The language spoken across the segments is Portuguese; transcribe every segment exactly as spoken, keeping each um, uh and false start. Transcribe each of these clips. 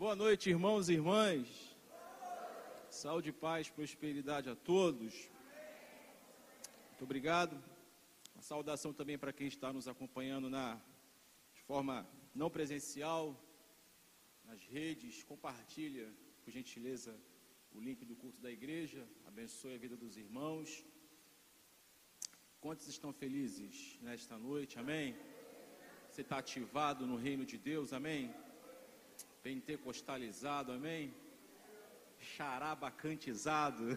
Boa noite, irmãos e irmãs. Saúde, paz, prosperidade a todos. Muito obrigado. Uma saudação também para quem está nos acompanhando na, de forma não presencial, nas redes. Compartilha, por gentileza, o link do culto da igreja. Abençoe a vida dos irmãos. Quantos estão felizes nesta noite? Amém? Você está ativado no reino de Deus? Amém? Pentecostalizado, amém? Charabacantizado.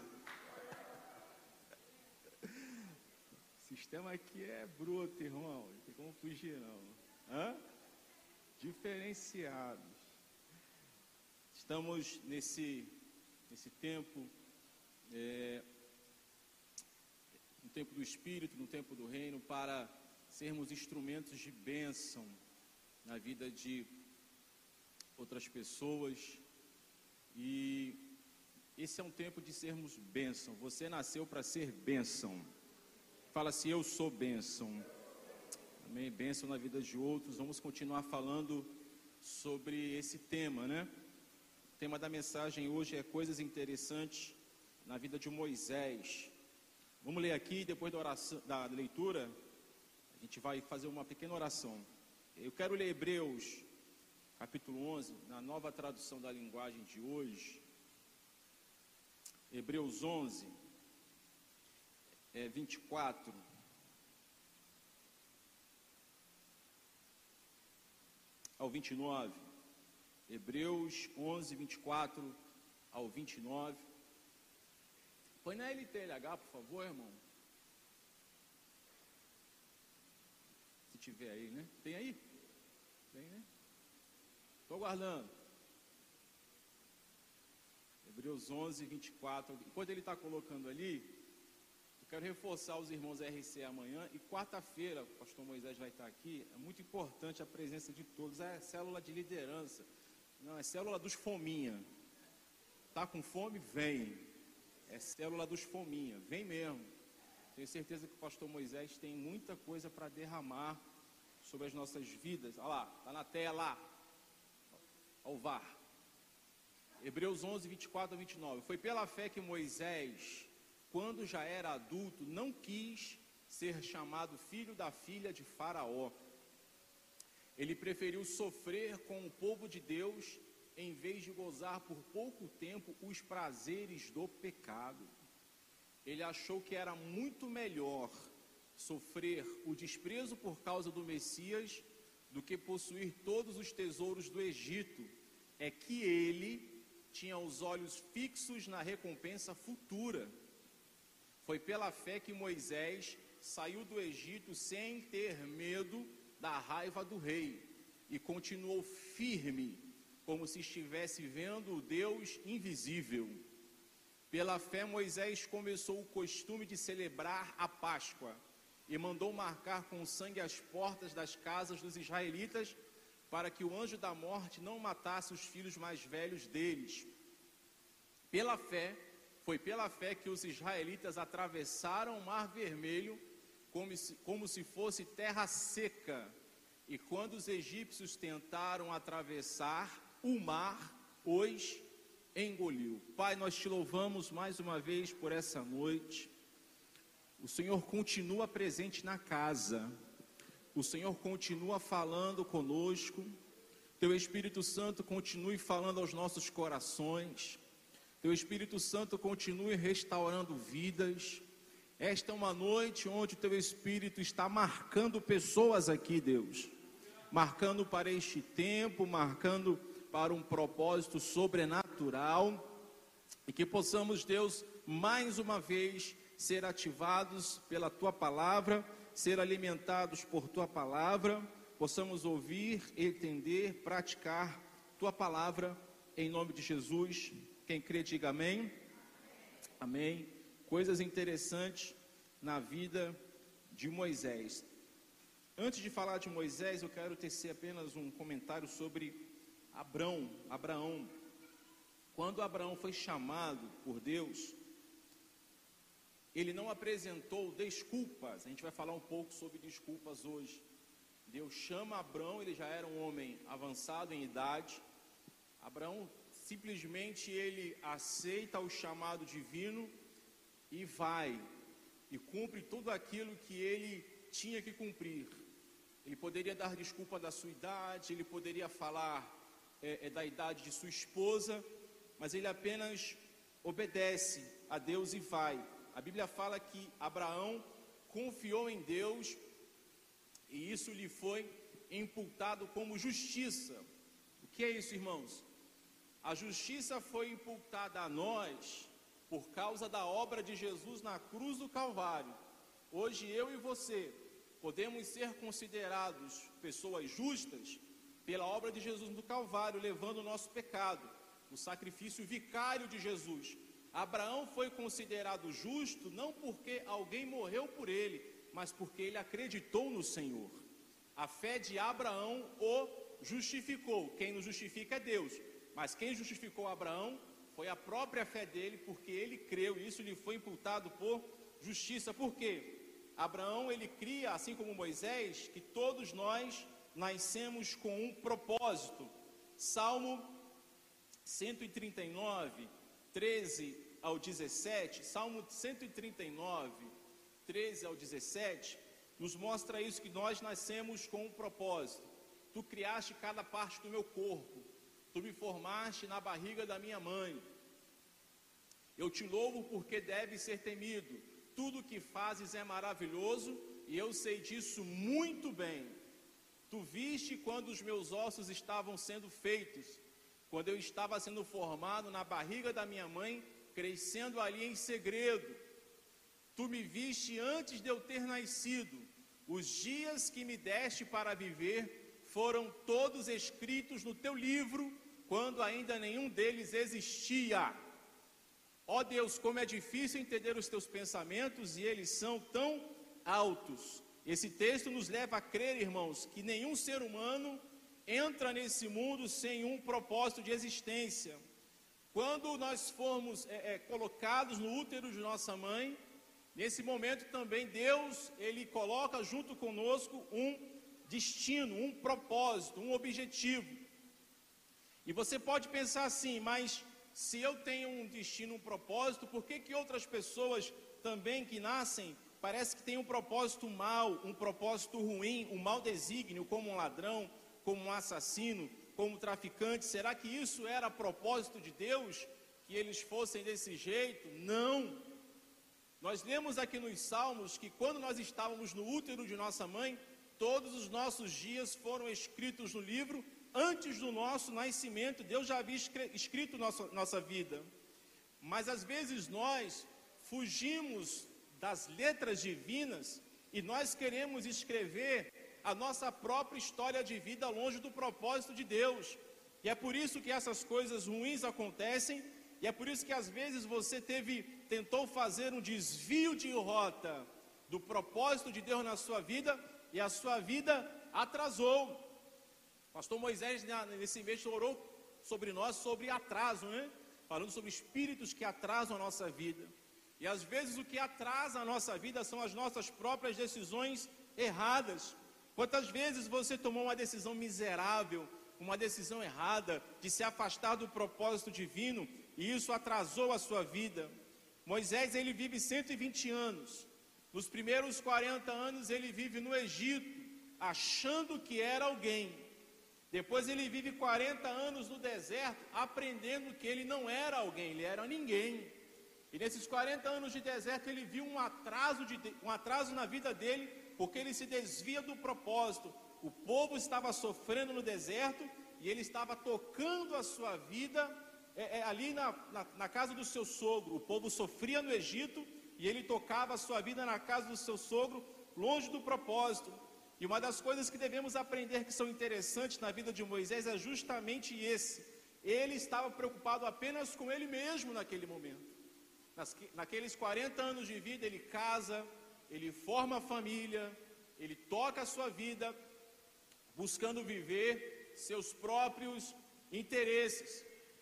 O sistema aqui é bruto, irmão. Não tem como fugir, não. Hã? Diferenciados. Estamos nesse, nesse tempo, é, no tempo do Espírito, no tempo do Reino, para sermos instrumentos de bênção na vida de outras pessoas, e esse é um tempo de sermos bênção. Você nasceu para ser bênção. Fala assim: eu sou bênção. Amém? Bênção na vida de outros. Vamos continuar falando sobre esse tema, né? O tema da mensagem hoje é coisas interessantes na vida de Moisés. Vamos ler aqui, depois da, oração, da leitura, a gente vai fazer uma pequena oração. Eu quero ler Hebreus capítulo onze, na nova tradução da linguagem de hoje. Hebreus onze, é, vinte e quatro. Ao vinte e nove. Hebreus onze, vinte e quatro ao vinte e nove. Põe na L T L H, por favor, irmão. Se tiver aí, né? Tem aí? Tem, né? Estou aguardando. Hebreus onze, vinte e quatro. Enquanto ele está colocando ali, eu quero reforçar os irmãos R C amanhã. E quarta-feira, o pastor Moisés vai estar aqui. É muito importante a presença de todos. É célula de liderança. Não, é célula dos fominha. Está com fome? Vem. É célula dos fominha. Vem mesmo. Tenho certeza que o pastor Moisés tem muita coisa para derramar sobre as nossas vidas. Olha lá, está na tela. Ao V A R. Hebreus onze, vinte e quatro a vinte e nove. Foi pela fé que Moisés, quando já era adulto, não quis ser chamado filho da filha de Faraó. Ele preferiu sofrer com o povo de Deus em vez de gozar por pouco tempo os prazeres do pecado. Ele achou que era muito melhor sofrer o desprezo por causa do Messias do que possuir todos os tesouros do Egito. É que ele tinha os olhos fixos na recompensa futura. Foi pela fé que Moisés saiu do Egito sem ter medo da raiva do rei e continuou firme, como se estivesse vendo o Deus invisível. Pela fé, Moisés começou o costume de celebrar a Páscoa e mandou marcar com sangue as portas das casas dos israelitas, para que o anjo da morte não matasse os filhos mais velhos deles. Pela fé, foi pela fé que os israelitas atravessaram o Mar Vermelho como se, como se fosse terra seca. E quando os egípcios tentaram atravessar, o mar os engoliu. Pai, nós te louvamos mais uma vez por essa noite. O Senhor continua presente na casa. O Senhor continua falando conosco. Teu Espírito Santo continue falando aos nossos corações. Teu Espírito Santo continue restaurando vidas. Esta é uma noite onde o Teu Espírito está marcando pessoas aqui, Deus. Marcando para este tempo, marcando para um propósito sobrenatural. E que possamos, Deus, mais uma vez ser ativados pela Tua Palavra, ser alimentados por Tua Palavra, possamos ouvir, entender, praticar Tua Palavra, em nome de Jesus. Quem crê, diga amém. Amém. Coisas interessantes na vida de Moisés. Antes de falar de Moisés, eu quero tecer apenas um comentário sobre Abrão, Abraão. Quando Abraão foi chamado por Deus, ele não apresentou desculpas. A gente vai falar um pouco sobre desculpas hoje. Deus chama Abrão, ele já era um homem avançado em idade, Abraão simplesmente ele aceita o chamado divino e vai, e cumpre tudo aquilo que ele tinha que cumprir. Ele poderia dar desculpa da sua idade, ele poderia falar é, é, da idade de sua esposa, mas ele apenas obedece a Deus e vai. A Bíblia fala que Abraão confiou em Deus e isso lhe foi imputado como justiça. O que é isso, irmãos? A justiça foi imputada a nós por causa da obra de Jesus na cruz do Calvário. Hoje eu e você podemos ser considerados pessoas justas pela obra de Jesus no Calvário, levando o nosso pecado, o sacrifício vicário de Jesus. Abraão foi considerado justo não porque alguém morreu por ele, mas porque ele acreditou no Senhor. A fé de Abraão o justificou. Quem nos justifica é Deus, mas quem justificou Abraão foi a própria fé dele, porque ele creu, e isso lhe foi imputado por justiça. Por quê? Abraão, ele cria, assim como Moisés, que todos nós nascemos com um propósito. Salmo cento e trinta e nove, treze ao dezessete, Salmo cento e trinta e nove, treze ao dezessete, nos mostra isso, que nós nascemos com um propósito. Tu criaste cada parte do meu corpo, tu me formaste na barriga da minha mãe. Eu te louvo porque deve ser temido. Tudo que fazes é maravilhoso e eu sei disso muito bem. Tu viste quando os meus ossos estavam sendo feitos, quando eu estava sendo formado na barriga da minha mãe, crescendo ali em segredo. Tu me viste antes de eu ter nascido. Os dias que me deste para viver foram todos escritos no teu livro, quando ainda nenhum deles existia. Ó Deus, como é difícil entender os teus pensamentos, e eles são tão altos. Esse texto nos leva a crer, irmãos, que nenhum ser humano entra nesse mundo sem um propósito de existência. Quando nós formos é, é, colocados no útero de nossa mãe, nesse momento também Deus, Ele coloca junto conosco um destino, um propósito, um objetivo. E você pode pensar assim, mas se eu tenho um destino, um propósito, por que que outras pessoas também que nascem, parece que têm um propósito mau, um propósito ruim, um mau desígnio, como um ladrão, como um assassino, como um traficante? Será que isso era propósito de Deus, que eles fossem desse jeito? Não. Nós lemos aqui nos Salmos que quando nós estávamos no útero de nossa mãe, todos os nossos dias foram escritos no livro. Antes do nosso nascimento, Deus já havia escrito nossa, nossa vida. Mas às vezes nós fugimos das letras divinas e nós queremos escrever a nossa própria história de vida longe do propósito de Deus. E é por isso que essas coisas ruins acontecem, e é por isso que às vezes você teve, tentou fazer um desvio de rota do propósito de Deus na sua vida, e a sua vida atrasou. Pastor Moisés, nesse mês, orou sobre nós, sobre atraso, né? Falando sobre espíritos que atrasam a nossa vida. E às vezes o que atrasa a nossa vida são as nossas próprias decisões erradas. Quantas vezes você tomou uma decisão miserável, uma decisão errada, de se afastar do propósito divino, e isso atrasou a sua vida? Moisés, ele vive cento e vinte anos. Nos primeiros quarenta anos ele vive no Egito, achando que era alguém. Depois ele vive quarenta anos no deserto, aprendendo que ele não era alguém, ele era ninguém. E nesses quarenta anos de deserto ele viu um atraso, de, um atraso na vida dele, porque ele se desvia do propósito. O povo estava sofrendo no deserto e ele estava tocando a sua vida é, é, ali na, na, na casa do seu sogro. O povo sofria no Egito e ele tocava a sua vida na casa do seu sogro, longe do propósito. E uma das coisas que devemos aprender que são interessantes na vida de Moisés é justamente esse. Ele estava preocupado apenas com ele mesmo naquele momento. Nas, naqueles quarenta anos de vida, ele casa, ele forma a família, ele toca a sua vida, buscando viver seus próprios interesses.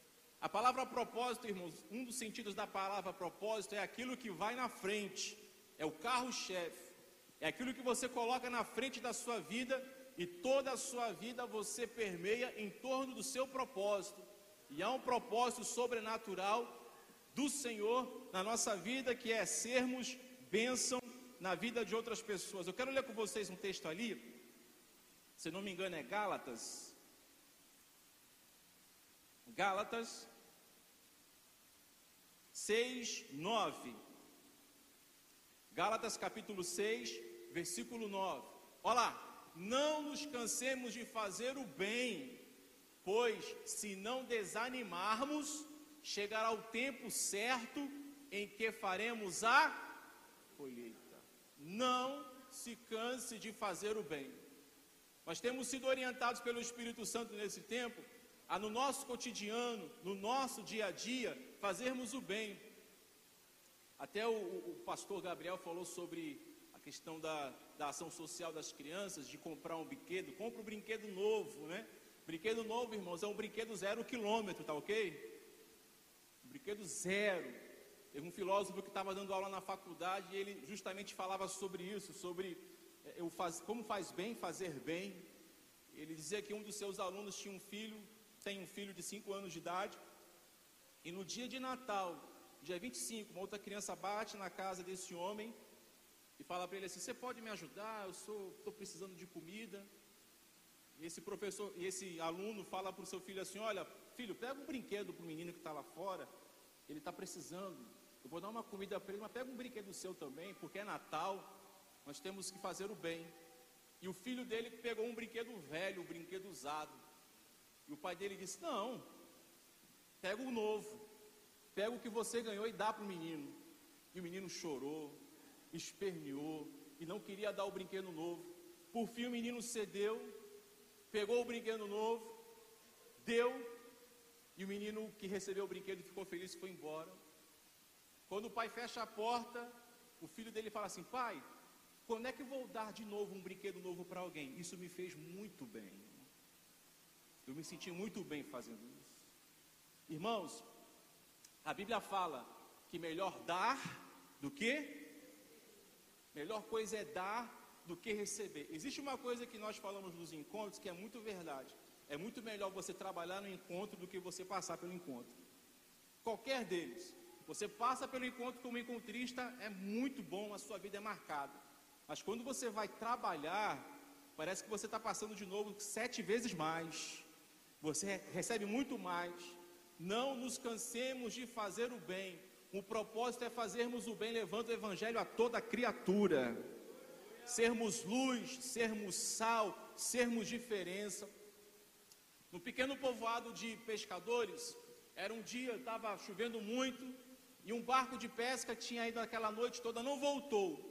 A palavra propósito, irmãos, um dos sentidos da palavra propósito é aquilo que vai na frente, é o carro-chefe. É aquilo que você coloca na frente da sua vida, e toda a sua vida você permeia em torno do seu propósito. e há um propósito sobrenatural do Senhor na nossa vida, que é sermos bênção na vida de outras pessoas. Eu quero ler com vocês um texto ali, se não me engano é Gálatas, Gálatas seis, nove, Gálatas capítulo seis, versículo nove, olha lá, não nos cansemos de fazer o bem, pois se não desanimarmos, chegará o tempo certo em que faremos a colheita. Não se canse de fazer o bem. Nós temos sido orientados pelo Espírito Santo nesse tempo a no nosso cotidiano, no nosso dia a dia, fazermos o bem. Até o, o pastor Gabriel falou sobre a questão da, da ação social das crianças, de comprar um brinquedo. Compra um brinquedo novo, né? Brinquedo novo, irmãos, é um brinquedo zero quilômetro, tá ok? Brinquedo zero. Teve um filósofo que estava dando aula na faculdade e ele justamente falava sobre isso, sobre é, eu faz, como faz bem fazer bem. Ele dizia que um dos seus alunos tinha um filho, tem um filho de cinco anos de idade, e no dia de Natal, dia vinte e cinco, uma outra criança bate na casa desse homem e fala para ele assim: você pode me ajudar? Eu estou precisando de comida. E esse professor, e esse aluno fala para o seu filho assim: olha, filho, pega um brinquedo para o menino que está lá fora, ele está precisando, eu vou dar uma comida para ele, mas pega um brinquedo seu também, porque é Natal, nós temos que fazer o bem. E o filho dele pegou um brinquedo velho, um brinquedo usado, e o pai dele disse: não, pega o novo, pega o que você ganhou e dá para o menino. E o menino chorou, esperneou, e não queria dar o brinquedo novo. Por fim o menino cedeu, pegou o brinquedo novo, deu, e o menino que recebeu o brinquedo ficou feliz e foi embora. Quando o pai fecha a porta, o filho dele fala assim: pai, quando é que eu vou dar de novo um brinquedo novo para alguém? Isso me fez muito bem. Eu me senti muito bem fazendo isso. Irmãos, a Bíblia fala que melhor dar do que? Melhor coisa é dar do que receber. Existe uma coisa que nós falamos nos encontros que é muito verdade. É muito melhor você trabalhar no encontro do que você passar pelo encontro. Qualquer deles. Você passa pelo encontro como encontrista, é muito bom, a sua vida é marcada. Mas quando você vai trabalhar, parece que você está passando de novo sete vezes mais. Você recebe muito mais. Não nos cansemos de fazer o bem. O propósito é fazermos o bem, levando o evangelho a toda criatura. Sermos luz, sermos sal, sermos diferença. No pequeno povoado de pescadores, era um dia, estava chovendo muito, e um barco de pesca tinha ido aquela noite toda, não voltou.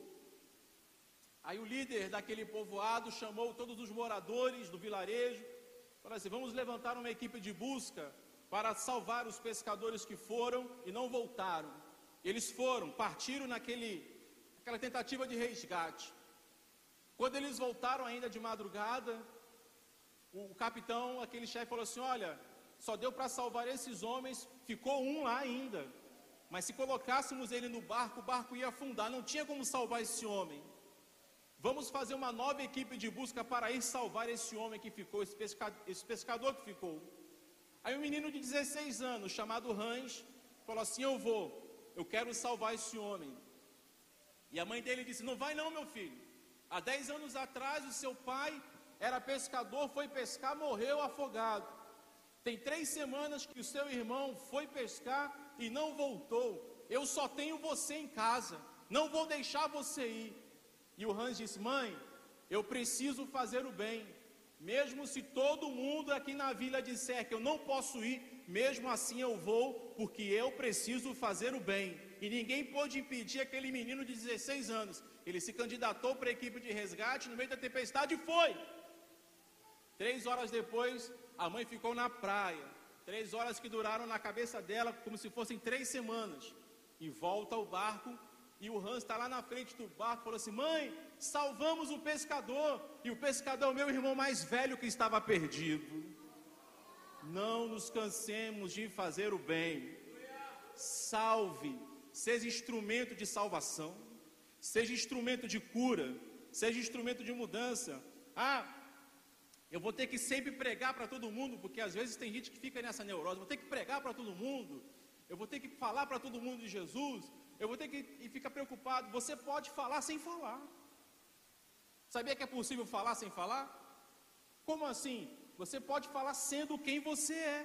Aí o líder daquele povoado chamou todos os moradores do vilarejo, falou assim: vamos levantar uma equipe de busca para salvar os pescadores que foram e não voltaram. Eles foram, partiram naquele, naquela tentativa de resgate. Quando eles voltaram ainda de madrugada, o, o capitão, aquele chefe, falou assim: olha, só deu para salvar esses homens, ficou um lá ainda, mas se colocássemos ele no barco, o barco ia afundar, não tinha como salvar esse homem. Vamos fazer uma nova equipe de busca para ir salvar esse homem que ficou, esse, pesca, esse pescador que ficou. Aí um menino de dezesseis anos, chamado Hans, falou assim: eu vou, eu quero salvar esse homem. E a mãe dele disse: não vai não, meu filho. Há dez anos atrás o seu pai era pescador, foi pescar, morreu afogado. Tem três semanas que o seu irmão foi pescar e não voltou. Eu só tenho você em casa, não vou deixar você ir. E o Hans disse: mãe, eu preciso fazer o bem. Mesmo se todo mundo aqui na vila disser que eu não posso ir, mesmo assim eu vou, porque eu preciso fazer o bem. E ninguém pôde impedir aquele menino de dezesseis anos. Ele se candidatou para a equipe de resgate no meio da tempestade e foi. Três horas depois, a mãe ficou na praia. Três horas que duraram na cabeça dela como se fossem três semanas. E volta ao barco. E o Hans está lá na frente do barco e falou assim: mãe, salvamos o pescador. E o pescador é o meu irmão mais velho que estava perdido. Não nos cansemos de fazer o bem. Salve, seja instrumento de salvação, seja instrumento de cura, seja instrumento de mudança. Ah, Eu vou ter que sempre pregar para todo mundo, porque às vezes tem gente que fica nessa neurose, vou ter que pregar para todo mundo, eu vou ter que falar para todo mundo de Jesus, eu vou ter que, e fica preocupado. Você pode falar sem falar. Sabia que é possível falar sem falar? Como assim? Você pode falar sendo quem você é.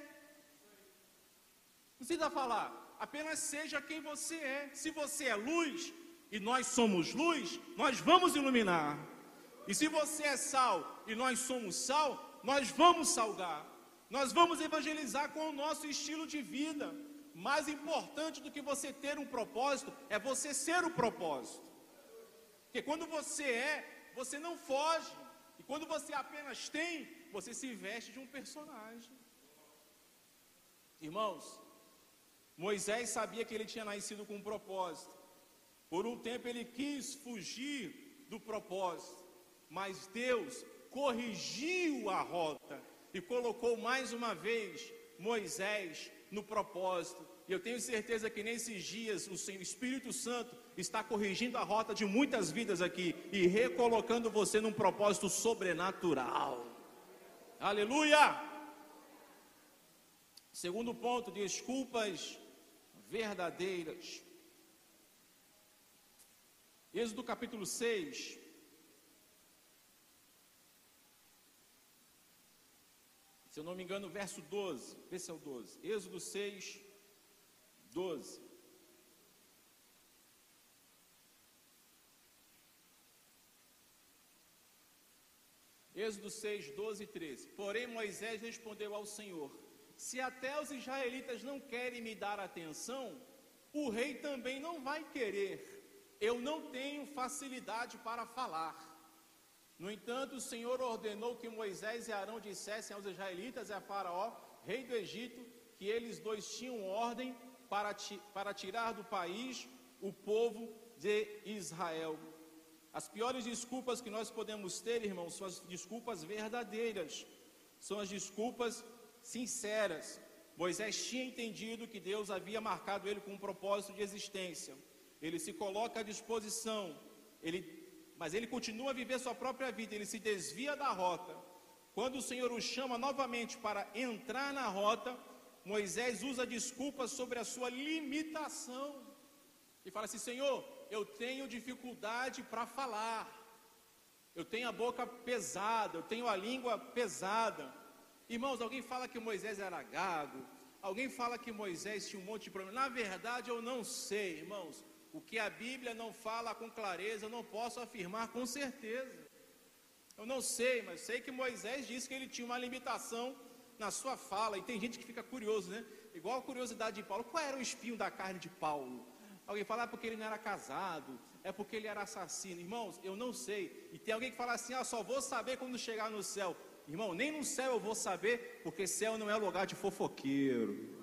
Não precisa falar, apenas seja quem você é. Se você é luz, e nós somos luz, nós vamos iluminar. E se você é sal, e nós somos sal, nós vamos salgar. Nós vamos evangelizar com o nosso estilo de vida. Mais importante do que você ter um propósito, é você ser o propósito. Porque quando você é, você não foge. E quando você apenas tem, você se veste de um personagem. Irmãos, Moisés sabia que ele tinha nascido com um propósito. Por um tempo ele quis fugir do propósito, mas Deus corrigiu a rota e colocou mais uma vez Moisés no propósito. E eu tenho certeza que nesses dias o Espírito Santo está corrigindo a rota de muitas vidas aqui e recolocando você num propósito sobrenatural. Aleluia! Segundo ponto, desculpas verdadeiras. Êxodo capítulo seis. Se eu não me engano, verso doze. Vê se é o doze. Êxodo seis, doze. Êxodo seis, doze e treze. Porém Moisés respondeu ao Senhor: se até os israelitas não querem me dar atenção, o rei também não vai querer. Eu não tenho facilidade para falar. No entanto, o Senhor ordenou que Moisés e Arão dissessem aos israelitas e a Faraó, rei do Egito, que eles dois tinham ordem para, ti, para tirar do país o povo de Israel. As piores desculpas que nós podemos ter, irmãos, são as desculpas verdadeiras, são as desculpas sinceras. Moisés tinha entendido que Deus havia marcado ele com um propósito de existência. Ele se coloca à disposição, ele, mas ele continua a viver sua própria vida, ele se desvia da rota. Quando o Senhor o chama novamente para entrar na rota, Moisés usa desculpas sobre a sua limitação. E fala assim: Senhor, eu tenho dificuldade para falar, eu tenho a boca pesada, eu tenho a língua pesada. Irmãos, alguém fala que Moisés era gago, alguém fala que Moisés tinha um monte de problema. Na verdade eu não sei, irmãos. O que a Bíblia não fala com clareza, eu não posso afirmar com certeza. Eu não sei, mas sei que Moisés disse que ele tinha uma limitação na sua fala. E tem gente que fica curioso, né? Igual a curiosidade de Paulo. Qual era o espinho da carne de Paulo? Alguém fala, ah, porque ele não era casado, é porque ele era assassino. Irmãos, eu não sei. E tem alguém que fala assim, ah, só vou saber quando chegar no céu. Irmão, nem no céu eu vou saber, porque céu não é lugar de fofoqueiro.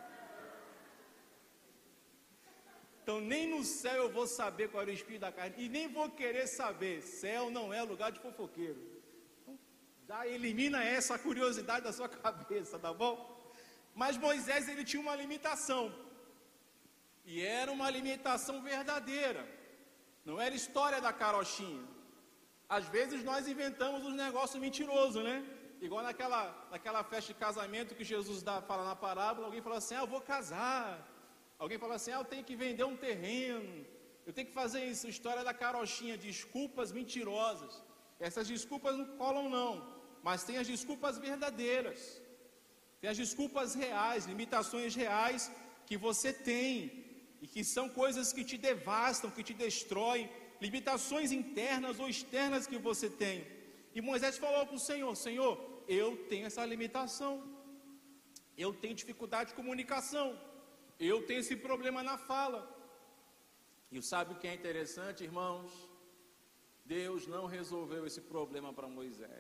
Então nem no céu eu vou saber qual era o espinho da carne, e nem vou querer saber. Céu não é lugar de fofoqueiro. Então, já elimina essa curiosidade da sua cabeça, tá bom? Mas Moisés, ele tinha uma limitação, e era uma limitação verdadeira, não era história da carochinha. Às vezes nós inventamos uns negócios mentirosos, né? Igual naquela, naquela festa de casamento que Jesus dá, fala na parábola, alguém fala assim, ah, eu vou casar. Alguém fala assim, ah, eu tenho que vender um terreno, eu tenho que fazer isso, história da carochinha, desculpas mentirosas. Essas desculpas não colam não, mas tem as desculpas verdadeiras, tem as desculpas reais, limitações reais que você tem, e que são coisas que te devastam, que te destroem, limitações internas ou externas que você tem. E Moisés falou para o Senhor, Senhor, eu tenho essa limitação, eu tenho dificuldade de comunicação, eu tenho esse problema na fala. E sabe o que é interessante, irmãos? Deus não resolveu esse problema para Moisés.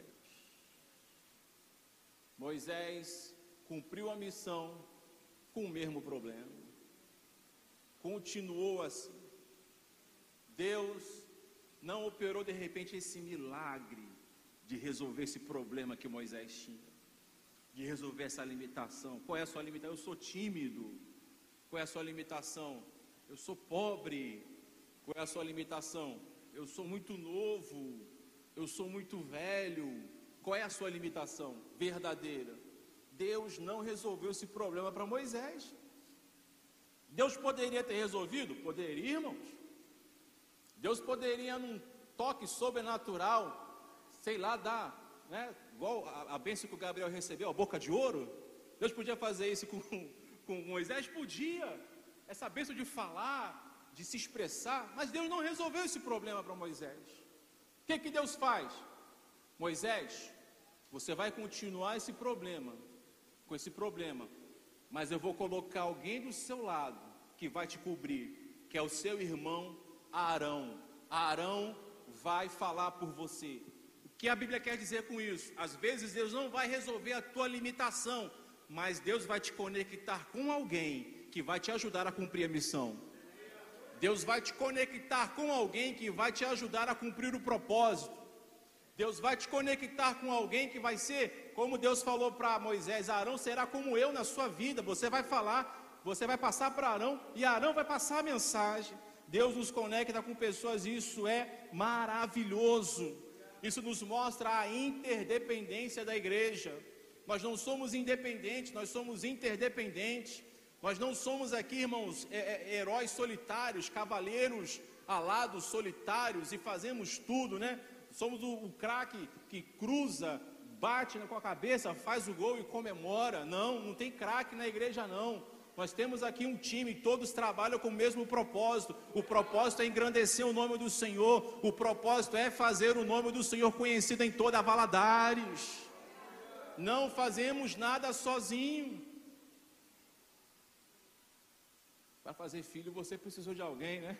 Moisés cumpriu a missão com o mesmo problema. Continuou assim. Deus não operou de repente esse milagre de resolver esse problema que Moisés tinha, de resolver essa limitação. Qual é a sua limitação? Eu sou tímido. Qual é a sua limitação? Eu sou pobre. Qual é a sua limitação? Eu sou muito novo. Eu sou muito velho. Qual é a sua limitação verdadeira? Deus não resolveu esse problema para Moisés. Deus poderia ter resolvido? Poderia, irmãos. Deus poderia, num toque sobrenatural, sei lá, dar, né, igual a, a bênção que o Gabriel recebeu, a boca de ouro. Deus podia fazer isso com, com Moisés? Podia. Essa bênção de falar, de se expressar, mas Deus não resolveu esse problema para Moisés. O que que Deus faz? Moisés, você vai continuar esse problema, com esse problema, mas eu vou colocar alguém do seu lado, que vai te cobrir, que é o seu irmão Arão. Arão vai falar por você. O que a Bíblia quer dizer com isso? Às vezes Deus não vai resolver a tua limitação, mas Deus vai te conectar com alguém, que vai te ajudar a cumprir a missão. Deus vai te conectar com alguém que vai te ajudar a cumprir o propósito. Deus vai te conectar com alguém que vai ser, como Deus falou para Moisés, Arão será como eu na sua vida. Você vai falar, você vai passar para Arão, e Arão vai passar a mensagem. Deus nos conecta com pessoas, e isso é maravilhoso. Isso nos mostra a interdependência da igreja. Nós não somos independentes, nós somos interdependentes. Nós não somos aqui, irmãos, é, é, heróis solitários, cavaleiros alados, solitários, e fazemos tudo, né? Somos o, o craque que cruza, bate com a cabeça, faz o gol e comemora. Não, não tem craque na igreja não. Nós temos aqui um time, todos trabalham com o mesmo propósito. O propósito é engrandecer o nome do Senhor. O propósito é fazer o nome do Senhor conhecido em toda a Valadares. Não fazemos nada sozinho. Para fazer filho você precisou de alguém, né?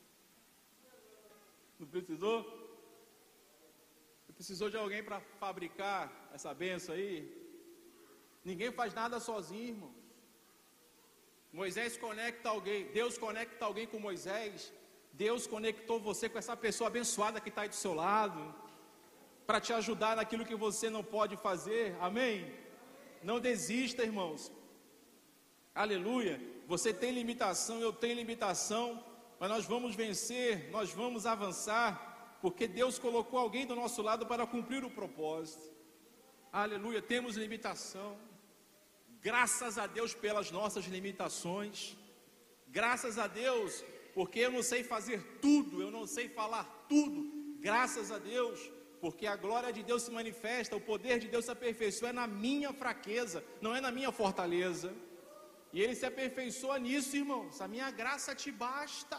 Não precisou? Precisou de alguém para fabricar essa benção aí? Ninguém faz nada sozinho, irmãos. Moisés conecta alguém, Deus conecta alguém com Moisés. Deus conectou você com essa pessoa abençoada que está aí do seu lado, para te ajudar naquilo que você não pode fazer. Amém? Não desista, irmãos. Aleluia. Você tem limitação, eu tenho limitação, mas nós vamos vencer, nós vamos avançar, porque Deus colocou alguém do nosso lado para cumprir o propósito. Aleluia, temos limitação. Graças a Deus pelas nossas limitações. Graças a Deus, porque eu não sei fazer tudo, eu não sei falar tudo. Graças a Deus, porque a glória de Deus se manifesta, o poder de Deus se aperfeiçoa é na minha fraqueza, não é na minha fortaleza. E Ele se aperfeiçoa nisso, irmãos. A minha graça te basta.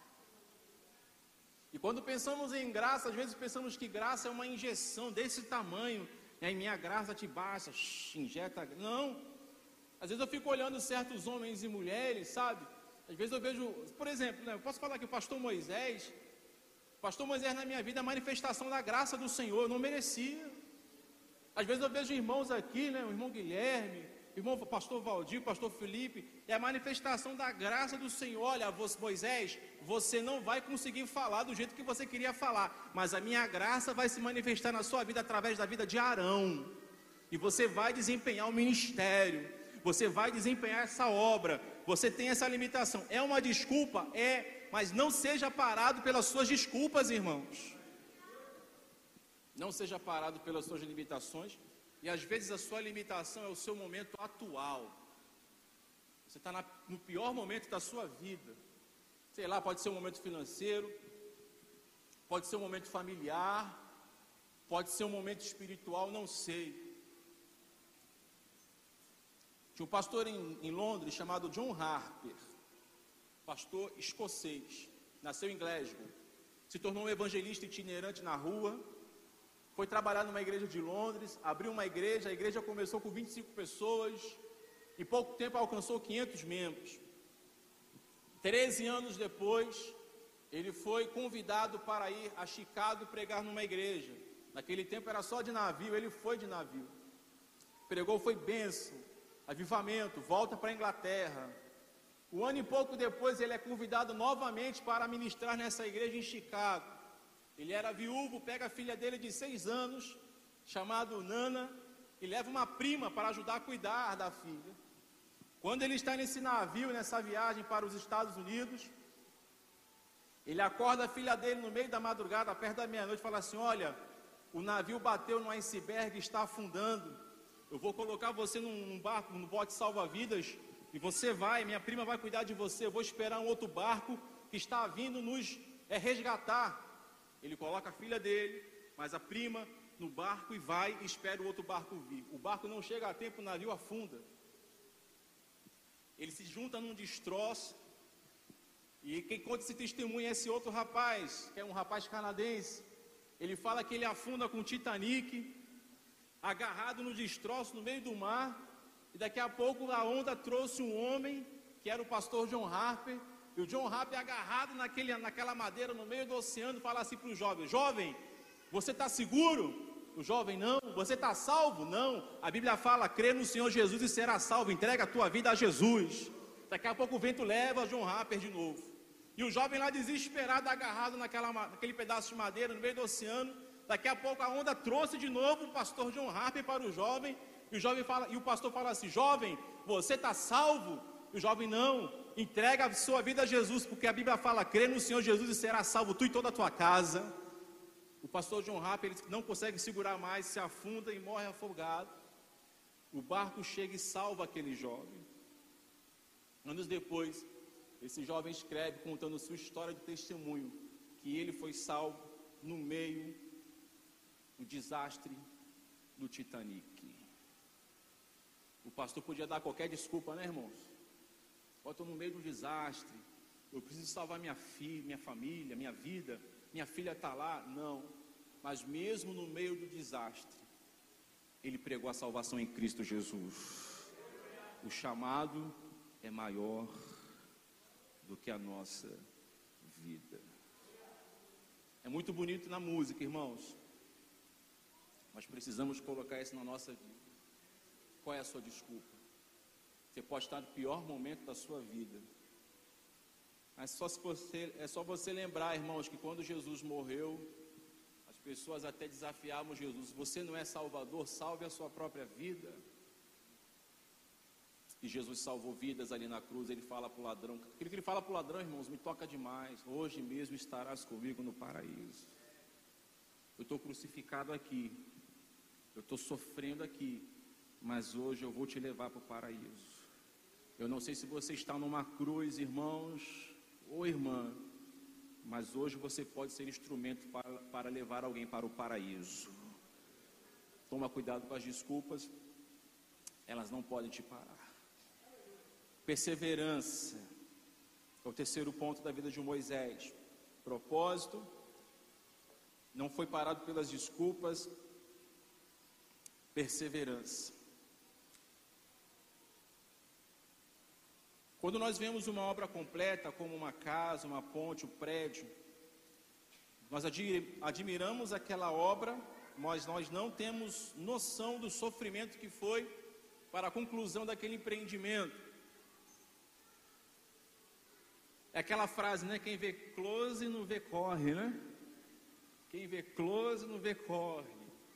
E quando pensamos em graça, às vezes pensamos que graça é uma injeção desse tamanho. E aí, minha graça te basta, injeta. Não. Às vezes eu fico olhando certos homens e mulheres, sabe? Às vezes eu vejo, por exemplo, né, eu posso falar que o pastor Moisés, o pastor Moisés na minha vida é a manifestação da graça do Senhor, eu não merecia. Às vezes eu vejo irmãos aqui, né, o irmão Guilherme, irmão pastor Valdir, pastor Felipe, é a manifestação da graça do Senhor. Olha, Moisés, você não vai conseguir falar do jeito que você queria falar, mas a minha graça vai se manifestar na sua vida através da vida de Arão, e você vai desempenhar o ministério, você vai desempenhar essa obra. Você tem essa limitação, é uma desculpa? É, mas não seja parado pelas suas desculpas, irmãos. Não seja parado pelas suas limitações. E às vezes a sua limitação é o seu momento atual. Você está no pior momento da sua vida. Sei lá, pode ser um momento financeiro, pode ser um momento familiar, pode ser um momento espiritual, não sei. Tinha um pastor em, em Londres chamado John Harper, pastor escocês, nasceu em Glasgow, se tornou um evangelista itinerante na rua. Foi trabalhar numa igreja de Londres, abriu uma igreja, a igreja começou com vinte e cinco pessoas, em pouco tempo alcançou quinhentos membros. treze anos depois, ele foi convidado para ir a Chicago pregar numa igreja. Naquele tempo era só de navio, ele foi de navio. Pregou, foi bênção, avivamento, volta para a Inglaterra. Um ano e pouco depois ele é convidado novamente para ministrar nessa igreja em Chicago. Ele era viúvo, pega a filha dele de seis anos, chamada Nana, e leva uma prima para ajudar a cuidar da filha. Quando ele está nesse navio, nessa viagem para os Estados Unidos, ele acorda a filha dele no meio da madrugada, perto da meia-noite, e fala assim: olha, o navio bateu no iceberg e está afundando. Eu vou colocar você num, num barco, num bote salva-vidas, e você vai, minha prima vai cuidar de você, eu vou esperar um outro barco que está vindo nos é, resgatar. Ele coloca a filha dele, mas a prima no barco e vai e espera o outro barco vir. O barco não chega a tempo, o navio afunda. Ele se junta num destroço, e quem conta esse testemunho é esse outro rapaz, que é um rapaz canadense. Ele fala que ele afunda com o Titanic, agarrado no destroço no meio do mar, e daqui a pouco a onda trouxe um homem, que era o pastor John Harper, e o John Harper agarrado naquele, naquela madeira no meio do oceano, fala assim para o jovem: jovem, você está seguro? O jovem: não. Você está salvo? Não. A Bíblia fala: crê no Senhor Jesus e será salvo, entrega a tua vida a Jesus. Daqui a pouco o vento leva John Harper de novo, e o jovem lá desesperado, agarrado naquela, naquele pedaço de madeira no meio do oceano. Daqui a pouco a onda trouxe de novo o pastor John Harper para o jovem, e o, jovem fala, e o pastor fala assim: jovem, você está salvo? E o jovem: não. Entrega a sua vida a Jesus, porque a Bíblia fala: crê no Senhor Jesus e será salvo tu e toda a tua casa. O pastor John Harper, ele não consegue segurar mais, se afunda e morre afogado. O barco chega e salva aquele jovem. Anos depois, esse jovem escreve, contando sua história de testemunho, que ele foi salvo no meio do desastre do Titanic. O pastor podia dar qualquer desculpa, né, irmãos? Eu estou no meio do desastre, eu preciso salvar minha filha, minha família, minha vida, minha filha está lá. Não, mas mesmo no meio do desastre, ele pregou a salvação em Cristo Jesus. O chamado é maior do que a nossa vida. É muito bonito na música, irmãos, mas precisamos colocar isso na nossa vida. Qual é a sua desculpa? Você pode estar no pior momento da sua vida, mas só se você, é só você lembrar, irmãos, que quando Jesus morreu, as pessoas até desafiavam Jesus: você não é salvador, salve a sua própria vida. E Jesus salvou vidas ali na cruz. Ele fala para o ladrão, aquilo que ele fala para o ladrão, irmãos, me toca demais: hoje mesmo estarás comigo no paraíso. Eu estou crucificado aqui, eu estou sofrendo aqui, mas hoje eu vou te levar para o paraíso. Eu não sei se você está numa cruz, irmãos ou irmã, mas hoje você pode ser instrumento para, para levar alguém para o paraíso. Toma cuidado com as desculpas, elas não podem te parar. Perseverança é o terceiro ponto da vida de Moisés. Propósito, não foi parado pelas desculpas. Perseverança. Quando nós vemos uma obra completa, como uma casa, uma ponte, um prédio, nós admiramos aquela obra, mas nós não temos noção do sofrimento que foi para a conclusão daquele empreendimento. É aquela frase, né? Quem vê close não vê corre, né? Quem vê close não vê corre.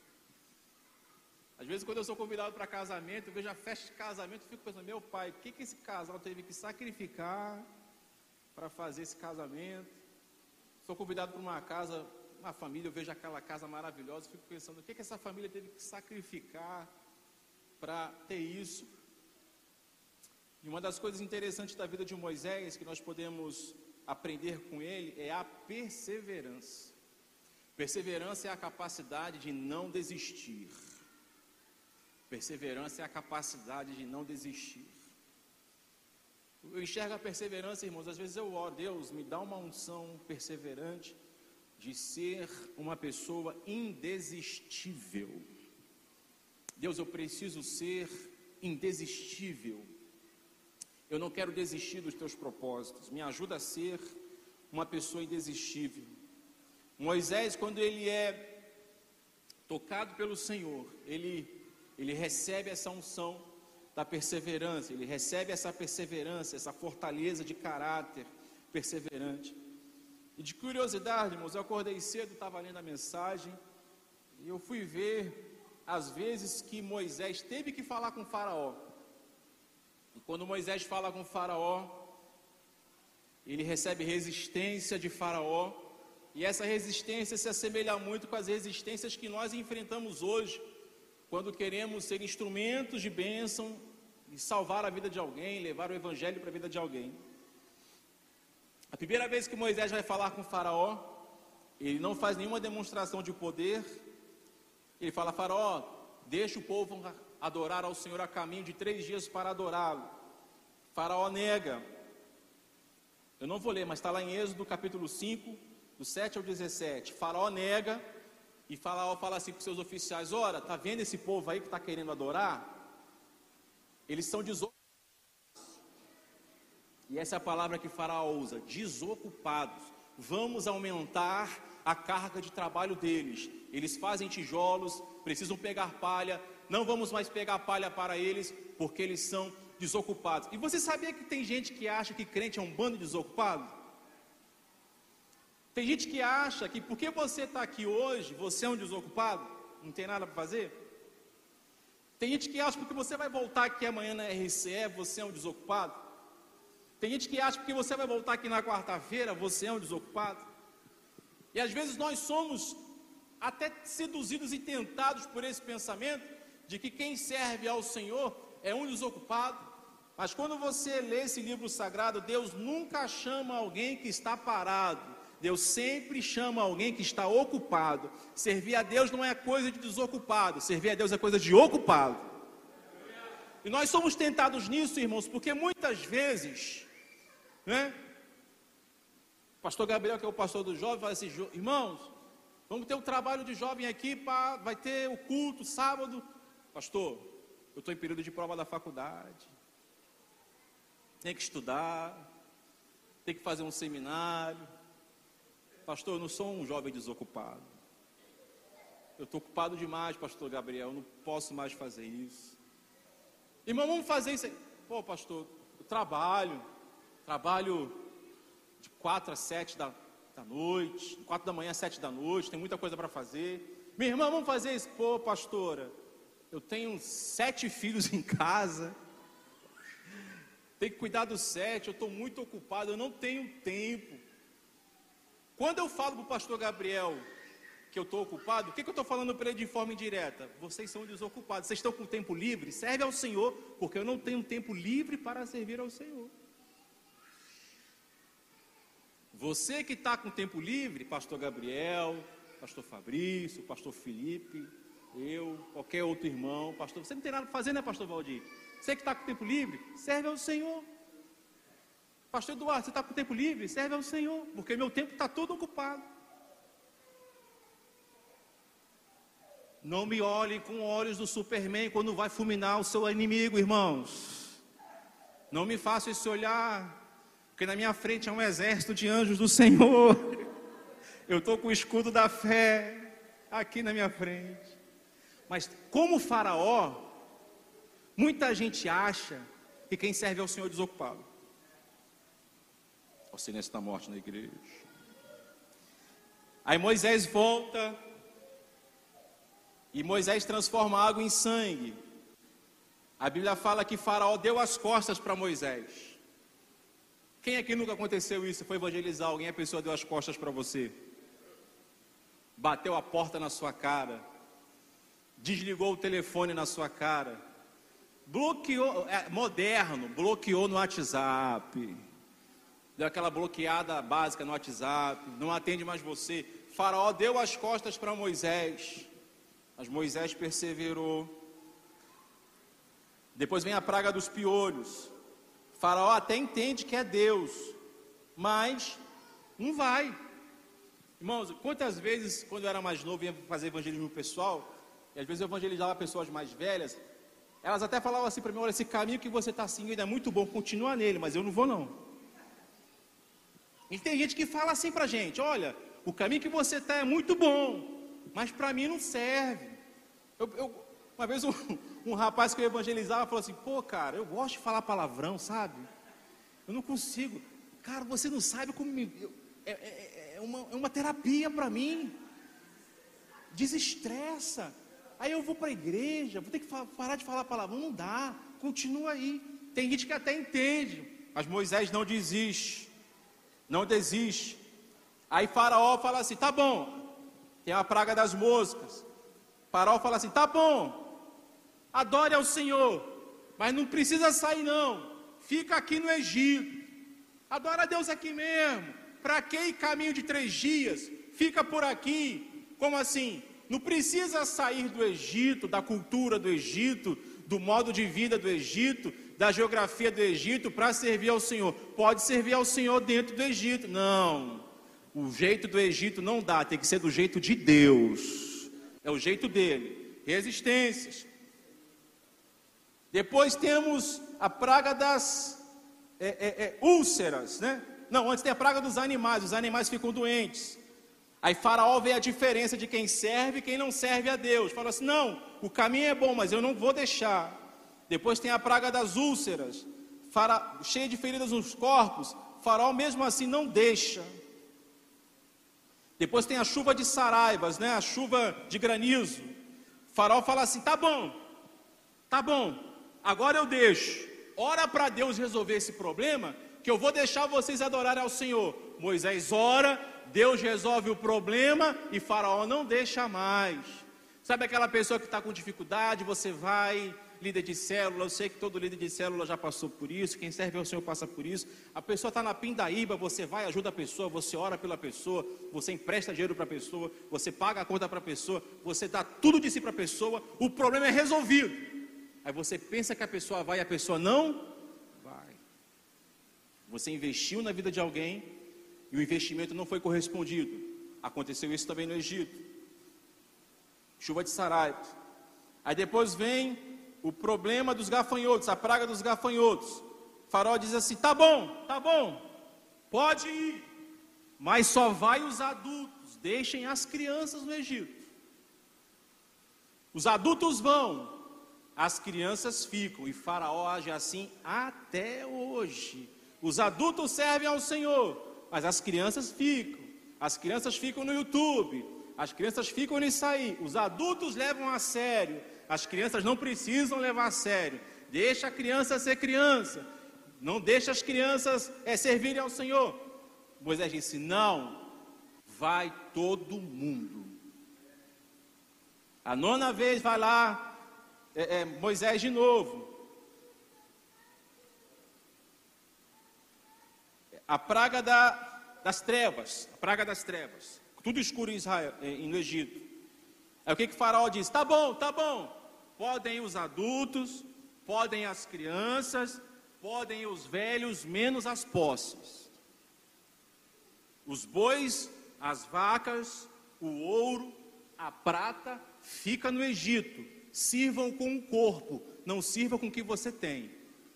Às vezes, quando eu sou convidado para casamento, eu vejo a festa de casamento, eu fico pensando: meu pai, o que, que esse casal teve que sacrificar para fazer esse casamento? Sou convidado para uma casa, uma família, eu vejo aquela casa maravilhosa, eu fico pensando: o que, que essa família teve que sacrificar para ter isso? E uma das coisas interessantes da vida de Moisés, que nós podemos aprender com ele, é a perseverança. Perseverança é a capacidade de não desistir. Perseverança é a capacidade de não desistir. Eu enxergo a perseverança, irmãos, às vezes eu oro: Deus, me dá uma unção perseverante de ser uma pessoa indesistível. Deus, eu preciso ser indesistível. Eu não quero desistir dos teus propósitos. Me ajuda a ser uma pessoa indesistível. Moisés, quando ele é tocado pelo Senhor, ele Ele recebe essa unção da perseverança, ele recebe essa perseverança, essa fortaleza de caráter perseverante. E de curiosidade, irmãos, eu acordei cedo, estava lendo a mensagem, e eu fui ver as vezes que Moisés teve que falar com Faraó. E quando Moisés fala com Faraó, ele recebe resistência de Faraó, E essa resistência se assemelha muito com as resistências que nós enfrentamos hoje, quando queremos ser instrumentos de bênção e salvar a vida de alguém, levar o evangelho para a vida de alguém. A primeira vez que Moisés vai falar com o faraó, ele não faz nenhuma demonstração de poder. Ele fala: faraó, deixa o povo adorar ao Senhor a caminho de três dias para adorá-lo. Faraó nega. Eu não vou ler, mas está lá em Êxodo capítulo cinco, do sete ao dezessete. Faraó nega, e Faraó fala assim para os seus oficiais: ora, está vendo esse povo aí que está querendo adorar? Eles são desocupados. E essa é a palavra que Faraó usa: desocupados. Vamos aumentar a carga de trabalho deles. Eles fazem tijolos, precisam pegar palha. Não vamos mais pegar palha para eles, porque eles são desocupados. E você sabia que tem gente que acha que crente é um bando de desocupado? Tem gente que acha que porque você está aqui hoje, você é um desocupado, não tem nada para fazer? Tem gente que acha que porque você vai voltar aqui amanhã na R C E, você é um desocupado? Tem gente que acha que porque você vai voltar aqui na quarta-feira, você é um desocupado? E às vezes nós somos até seduzidos e tentados por esse pensamento de que quem serve ao Senhor é um desocupado. Mas quando você lê esse livro sagrado, Deus nunca chama alguém que está parado. Deus sempre chama alguém que está ocupado. Servir a Deus não é coisa de desocupado, servir a Deus é coisa de ocupado. E nós somos tentados nisso, irmãos, porque muitas vezes, né? O pastor Gabriel, que é o pastor do jovem, fala assim: irmãos, vamos ter um trabalho de jovem aqui, pra, vai ter o culto sábado. Pastor, eu estou em período de prova da faculdade, tem que estudar, tem que fazer um seminário. Pastor, eu não sou um jovem desocupado. Eu estou ocupado demais, pastor Gabriel, eu não posso mais fazer isso. Irmão, vamos fazer isso aí. Pô, pastor, eu trabalho, trabalho de quatro a sete da, da noite, quatro da manhã a sete da noite, tem muita coisa para fazer. Minha irmã, vamos fazer isso. Pô, pastora, eu tenho sete filhos em casa, tenho que cuidar dos sete, eu estou muito ocupado, eu não tenho tempo. Quando eu falo para o pastor Gabriel que eu estou ocupado, o que, que eu estou falando para ele de forma indireta? Vocês são desocupados, vocês estão com tempo livre? Serve ao Senhor, porque eu não tenho tempo livre para servir ao Senhor. Você que está com tempo livre, pastor Gabriel, pastor Fabrício, pastor Felipe, eu, qualquer outro irmão, pastor, você não tem nada para fazer, né, pastor Valdir? Você que está com tempo livre, serve ao Senhor. Pastor Eduardo, você está com tempo livre? Serve ao Senhor, porque meu tempo está todo ocupado. Não me olhem com olhos do Superman quando vai fulminar o seu inimigo, irmãos. Não me façam esse olhar, porque na minha frente é um exército de anjos do Senhor. Eu estou com o escudo da fé aqui na minha frente. Mas como Faraó, muita gente acha que quem serve ao Senhor é desocupado. O silêncio da morte na igreja. Aí Moisés volta, e Moisés transforma a água em sangue. A Bíblia fala que Faraó deu as costas para Moisés. Quem aqui nunca aconteceu isso? Foi evangelizar alguém, a pessoa deu as costas para você, bateu a porta na sua cara, desligou o telefone na sua cara, bloqueou, é, moderno, bloqueou no WhatsApp, deu aquela bloqueada básica no WhatsApp, não atende mais você. Faraó deu as costas para Moisés, mas Moisés perseverou. Depois vem a praga dos piolhos. Faraó até entende que é Deus, mas não vai. Irmãos, quantas vezes, quando eu era mais novo, ia fazer evangelismo pessoal, e às vezes eu evangelizava pessoas mais velhas, elas até falavam assim para mim: olha, esse caminho que você está seguindo é muito bom, continua nele, mas eu não vou não. E tem gente que fala assim para a gente: olha, o caminho que você está é muito bom, mas para mim não serve. Eu, eu, uma vez um, um rapaz que eu evangelizava falou assim: pô, cara, eu gosto de falar palavrão, sabe? Eu não consigo. Cara, você não sabe como me... Eu, é, é, é, uma, é uma terapia para mim. Desestressa. Aí eu vou para a igreja, vou ter que fa- parar de falar palavrão. Não dá, continua aí. Tem gente que até entende, mas Moisés não desiste. Não desiste. Aí Faraó fala assim, tá bom, tem a praga das moscas. Faraó fala assim, tá bom, adore ao Senhor, mas não precisa sair não, fica aqui no Egito, adora a Deus aqui mesmo, para que ir caminho de três dias, fica por aqui. Como assim? Não precisa sair do Egito, da cultura do Egito, do modo de vida do Egito, da geografia do Egito para servir ao Senhor. Pode servir ao Senhor dentro do Egito. Não, o jeito do Egito não dá, tem que ser do jeito de Deus, é o jeito dele. Resistências. Depois temos a praga das é, é, é, úlceras, né? Não, antes tem a praga dos animais, os animais ficam doentes. Aí Faraó vê a diferença de quem serve e quem não serve a Deus. Fala assim, não, o caminho é bom, mas eu não vou deixar. Depois tem a praga das úlceras, Fara... cheia de feridas nos corpos. Faraó mesmo assim não deixa. Depois tem a chuva de saraivas, né? A chuva de granizo. Faraó fala assim, tá bom, tá bom, agora eu deixo. Ora para Deus resolver esse problema, que eu vou deixar vocês adorarem ao Senhor. Moisés ora, Deus resolve o problema e Faraó não deixa mais. Sabe aquela pessoa que está com dificuldade, você vai, líder de célula, eu sei que todo líder de célula já passou por isso, quem serve ao Senhor passa por isso. A pessoa está na pindaíba, você vai, ajuda a pessoa, você ora pela pessoa, você empresta dinheiro para a pessoa, você paga a conta para a pessoa, você dá tudo de si para a pessoa, o problema é resolvido. Aí você pensa que a pessoa vai e a pessoa não vai. Você investiu na vida de alguém e o investimento não foi correspondido. Aconteceu isso também no Egito. Chuva de saraivas. Aí depois vem o problema dos gafanhotos, a praga dos gafanhotos. Faraó diz assim, tá bom, tá bom, pode ir, mas só vai os adultos, deixem as crianças no Egito. Os adultos vão, as crianças ficam, e Faraó age assim até hoje. Os adultos servem ao Senhor, mas as crianças ficam. As crianças ficam no YouTube, as crianças ficam nisso aí. Os adultos levam a sério, as crianças não precisam levar a sério. Deixa a criança ser criança, não deixa as crianças é, servirem ao Senhor. Moisés disse, não, vai todo mundo. A nona vez vai lá, é, é, Moisés de novo. A praga da, das trevas, a praga das trevas, tudo escuro em Israel, em, no Egito. Aí o que que Faraó diz? Tá bom, tá bom, podem os adultos, podem as crianças, podem os velhos, menos as poças. Os bois, as vacas, o ouro, a prata, fica no Egito. Sirvam com o corpo, não sirvam com o que você tem.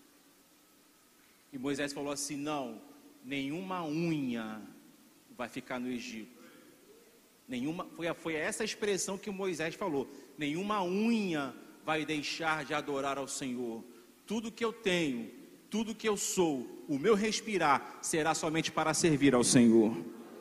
E Moisés falou assim, não, nenhuma unha vai ficar no Egito. Nenhuma, foi, foi essa expressão que Moisés falou. Nenhuma unha vai deixar de adorar ao Senhor. Tudo que eu tenho, tudo que eu sou, o meu respirar, será somente para servir ao Senhor.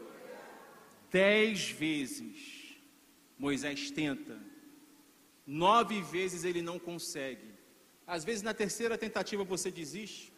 Dez vezes Moisés tenta, nove vezes ele não consegue. Às vezes na terceira tentativa você desiste.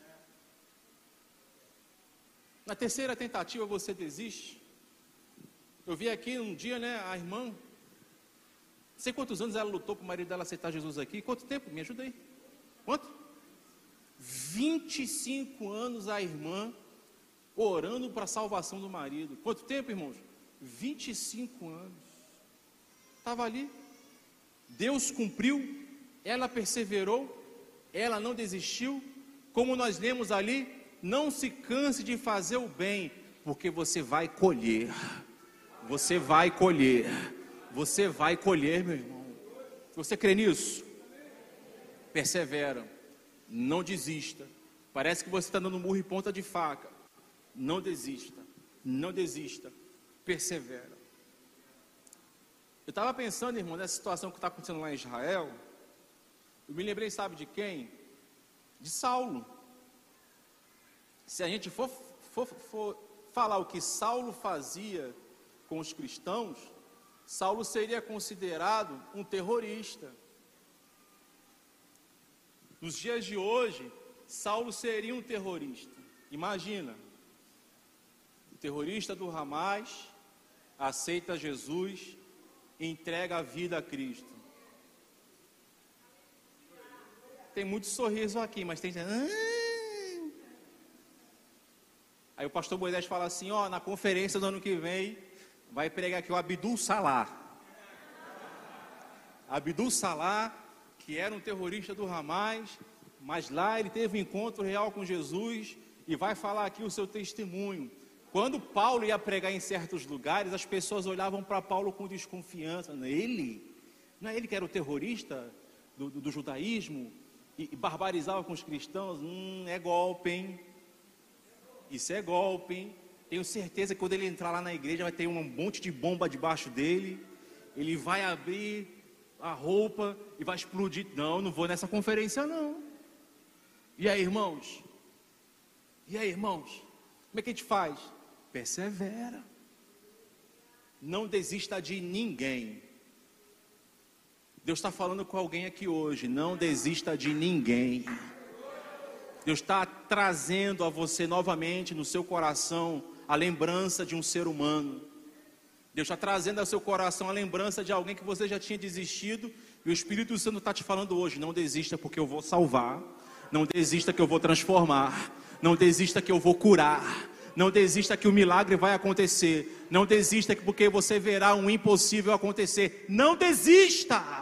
Na terceira tentativa você desiste. Eu vi aqui um dia, né, a irmã, não sei quantos anos ela lutou para o marido dela aceitar Jesus aqui. Quanto tempo? Me ajuda aí. Quanto? vinte e cinco anos a irmã orando para a salvação do marido. Quanto tempo, irmãos? vinte e cinco anos. Estava ali. Deus cumpriu, ela perseverou, ela não desistiu. Como nós lemos ali, não se canse de fazer o bem, porque você vai colher. Você vai colher. Você vai colher, meu irmão. Você crê nisso? Persevera. Não desista. Parece que você está dando murro em ponta de faca. Não desista. Não desista. Persevera. Eu estava pensando, irmão, nessa situação que está acontecendo lá em Israel. Eu me lembrei, sabe de quem? De Saulo. Se a gente for, for, for falar o que Saulo fazia com os cristãos, Saulo seria considerado um terrorista. Nos dias de hoje, Saulo seria um terrorista. Imagina. terrorista do Hamas aceita Jesus e entrega a vida a Cristo. Tem muito sorriso aqui, mas tem... Aí o pastor Moisés fala assim, ó, na conferência do ano que vem, vai pregar aqui o Abdul Salah. Abdul Salah, que era um terrorista do Hamas, mas lá ele teve um encontro real com Jesus e vai falar aqui o seu testemunho. Quando Paulo ia pregar em certos lugares, as pessoas olhavam para Paulo com desconfiança. Não é ele? Não é ele que era o terrorista do, do, do judaísmo e, e barbarizava com os cristãos? Hum, é golpe, hein? Isso é golpe, hein? Tenho certeza que quando ele entrar lá na igreja vai ter um monte de bomba debaixo dele. Ele vai abrir a roupa e vai explodir. Não, não vou nessa conferência não. E aí, irmãos? E aí, irmãos? Como é que a gente faz? Persevera. Não desista de ninguém. Deus está falando com alguém aqui hoje. Não desista de ninguém. Deus está trazendo a você novamente no seu coração a lembrança de um ser humano. Deus está trazendo ao seu coração a lembrança de alguém que você já tinha desistido. E o Espírito Santo está te falando hoje, não desista porque eu vou salvar. Não desista que eu vou transformar. Não desista que eu vou curar. Não desista que o milagre vai acontecer. Não desista porque você verá um impossível acontecer. Não desista.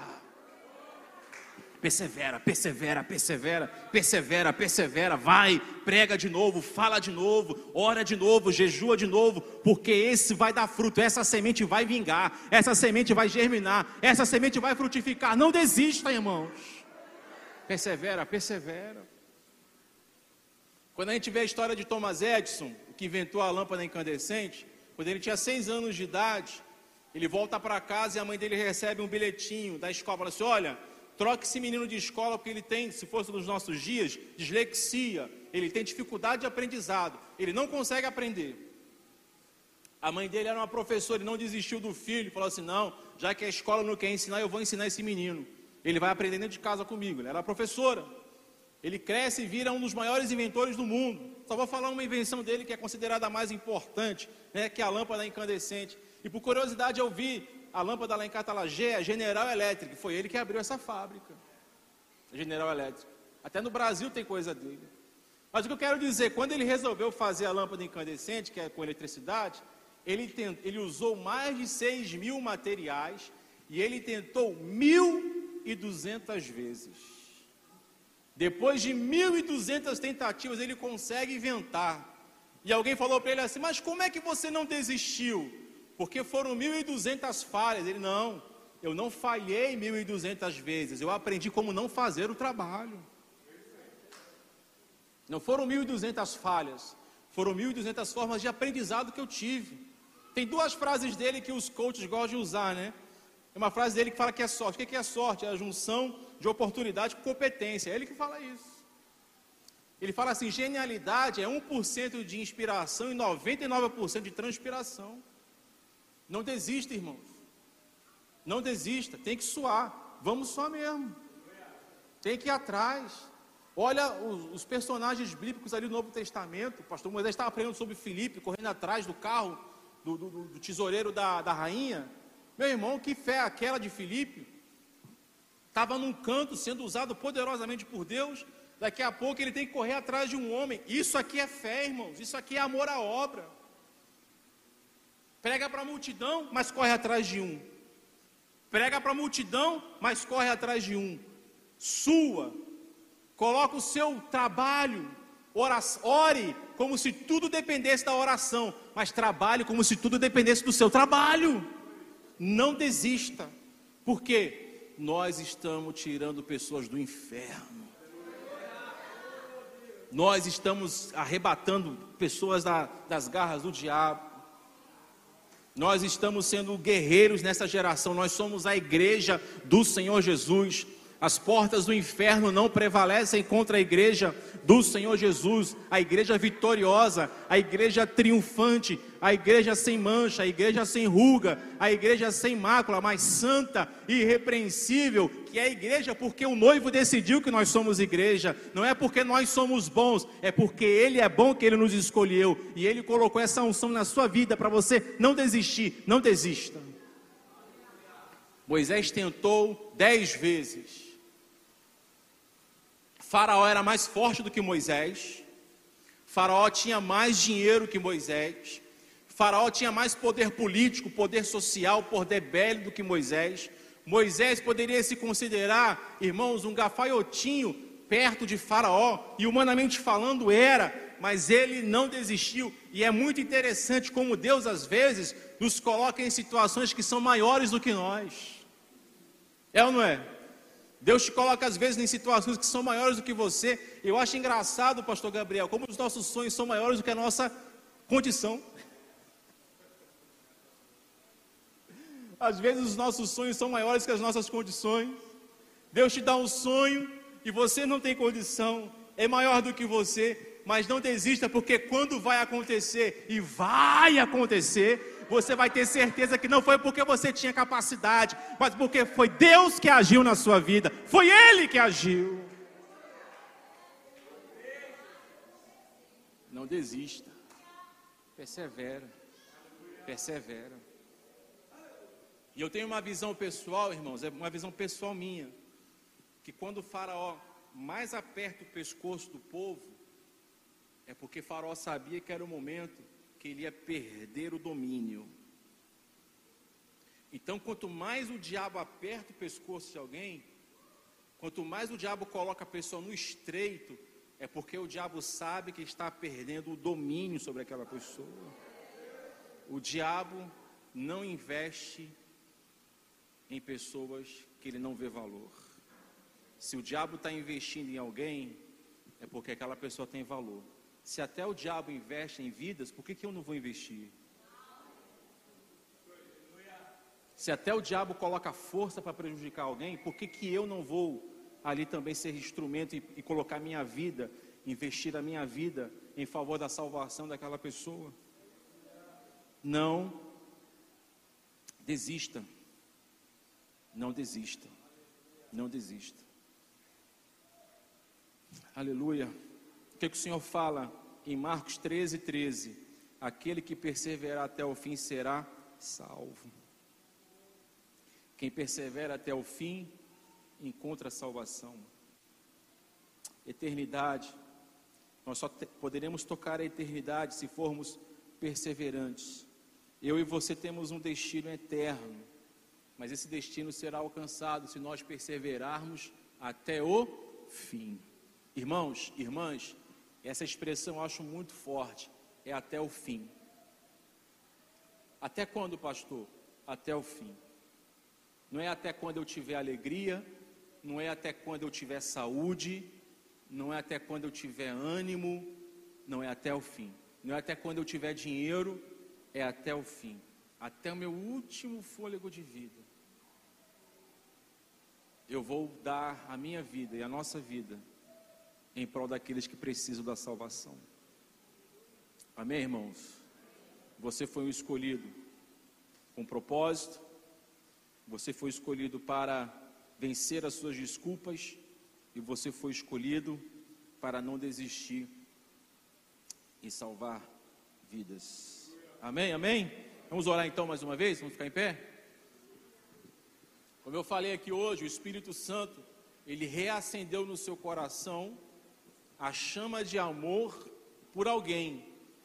Persevera, persevera, persevera, persevera, persevera, vai, prega de novo, fala de novo, ora de novo, jejua de novo, porque esse vai dar fruto, essa semente vai vingar, essa semente vai germinar, essa semente vai frutificar. Não desista, irmãos. Persevera, persevera. Quando a gente vê a história de Thomas Edison, que inventou a lâmpada incandescente, quando ele tinha seis anos de idade, ele volta para casa e a mãe dele recebe um bilhetinho da escola, fala assim, olha, troque esse menino de escola porque ele tem, se fosse nos nossos dias, dislexia, ele tem dificuldade de aprendizado, ele não consegue aprender. A mãe dele era uma professora e não desistiu do filho, falou assim, não, já que a escola não quer ensinar, eu vou ensinar esse menino, ele vai aprender dentro de casa comigo. Ele era professora, ele cresce e vira um dos maiores inventores do mundo. Só vou falar uma invenção dele que é considerada a mais importante, né, que é a lâmpada incandescente. E por curiosidade eu vi a lâmpada lá em Catalagé, a General Electric, foi ele que abriu essa fábrica, a General Electric. Até no Brasil tem coisa dele. Mas o que eu quero dizer, quando ele resolveu fazer a lâmpada incandescente, que é com eletricidade, ele, tent, ele usou mais de seis mil materiais e ele tentou mil e duzentas vezes. Depois de mil e duzentas tentativas, ele consegue inventar. E alguém falou para ele assim, mas como é que você não desistiu? Porque foram mil e duzentas falhas. Ele, não, eu não falhei mil e duzentas vezes, eu aprendi como não fazer o trabalho. Não foram mil e duzentas falhas, foram mil e duzentas formas de aprendizado que eu tive. Tem duas frases dele que os coaches gostam de usar, né? Tem uma frase dele que fala que é sorte. O que é sorte? É a junção de oportunidade com competência. É ele que fala isso. Ele fala assim, genialidade é um por cento de inspiração e noventa e nove por cento de transpiração. Não desista, irmãos. Não desista, tem que suar. Vamos suar mesmo. Tem que ir atrás. Olha os, os personagens bíblicos ali do Novo Testamento. O pastor Moisés estava aprendendo sobre Filipe, correndo atrás do carro do, do, do tesoureiro da, da rainha. Meu irmão, que fé aquela de Filipe? Estava num canto sendo usado poderosamente por Deus. Daqui a pouco ele tem que correr atrás de um homem. Isso aqui é fé, irmãos. Isso aqui é amor à obra. Prega para a multidão, mas corre atrás de um. Prega para a multidão, mas corre atrás de um. Sua. Coloca o seu trabalho. Ora, ore como se tudo dependesse da oração. Mas trabalhe como se tudo dependesse do seu trabalho. Não desista. Por quê? Nós estamos tirando pessoas do inferno. Nós estamos arrebatando pessoas da, das garras do diabo. Nós estamos sendo guerreiros nessa geração. Nós somos a igreja do Senhor Jesus. As portas do inferno não prevalecem contra a igreja do Senhor Jesus. A igreja vitoriosa, a igreja triunfante, a igreja sem mancha, a igreja sem ruga, a igreja sem mácula, mas santa e irrepreensível, que é a igreja porque o noivo decidiu que nós somos igreja, não é porque nós somos bons, é porque Ele é bom que Ele nos escolheu, e Ele colocou essa unção na sua vida para você não desistir, não desista. Moisés tentou dez vezes, Faraó era mais forte do que Moisés, Faraó tinha mais dinheiro que Moisés, Faraó tinha mais poder político, poder social, poder bélico do que Moisés. Moisés poderia se considerar, irmãos, um gafanhotinho perto de Faraó, e humanamente falando era, mas ele não desistiu. E é muito interessante como Deus às vezes nos coloca em situações que são maiores do que nós. É ou não é? Deus te coloca às vezes em situações que são maiores do que você. Eu acho engraçado, pastor Gabriel, como os nossos sonhos são maiores do que a nossa condição. Às vezes os nossos sonhos são maiores que as nossas condições. Deus te dá um sonho e você não tem condição, é maior do que você, mas não desista, porque quando vai acontecer, e vai acontecer, você vai ter certeza que não foi porque você tinha capacidade, mas porque foi Deus que agiu na sua vida, foi Ele que agiu. Não desista, persevera, persevera. E eu tenho uma visão pessoal, irmãos, é uma visão pessoal minha, que quando o Faraó mais aperta o pescoço do povo, é porque Faraó sabia que era o momento que ele ia perder o domínio. Então, quanto mais o diabo aperta o pescoço de alguém, quanto mais o diabo coloca a pessoa no estreito, é porque o diabo sabe que está perdendo o domínio sobre aquela pessoa. O diabo não investe em pessoas que ele não vê valor. Se o diabo está investindo em alguém, é porque aquela pessoa tem valor. Se até o diabo investe em vidas, por que, que eu não vou investir? Se até o diabo coloca força para prejudicar alguém, por que, que eu não vou ali também ser instrumento e, e colocar minha vida, investir a minha vida em favor da salvação daquela pessoa? Não desista. Não desista. Não desista. Aleluia. O que, que o Senhor fala em Marcos treze, treze? Aquele que perseverar até o fim será salvo. Quem persevera até o fim encontra salvação. Eternidade. Nós só te, poderemos tocar a eternidade se formos perseverantes. Eu e você temos um destino eterno, mas esse destino será alcançado se nós perseverarmos até o fim. Irmãos, irmãs, essa expressão eu acho muito forte, é até o fim. Até quando, pastor? Até o fim. Não é até quando eu tiver alegria, não é até quando eu tiver saúde, não é até quando eu tiver ânimo, não é até o fim. Não é até quando eu tiver dinheiro, é até o fim. Até o meu último fôlego de vida. Eu vou dar a minha vida e a nossa vida em prol daqueles que precisam da salvação. Amém, irmãos? Você foi um escolhido com propósito, você foi escolhido para vencer as suas desculpas, e você foi escolhido para não desistir e salvar vidas. Amém, amém? Vamos orar então mais uma vez, vamos ficar em pé? Como eu falei aqui hoje, o Espírito Santo, ele reacendeu no seu coração a chama de amor por alguém.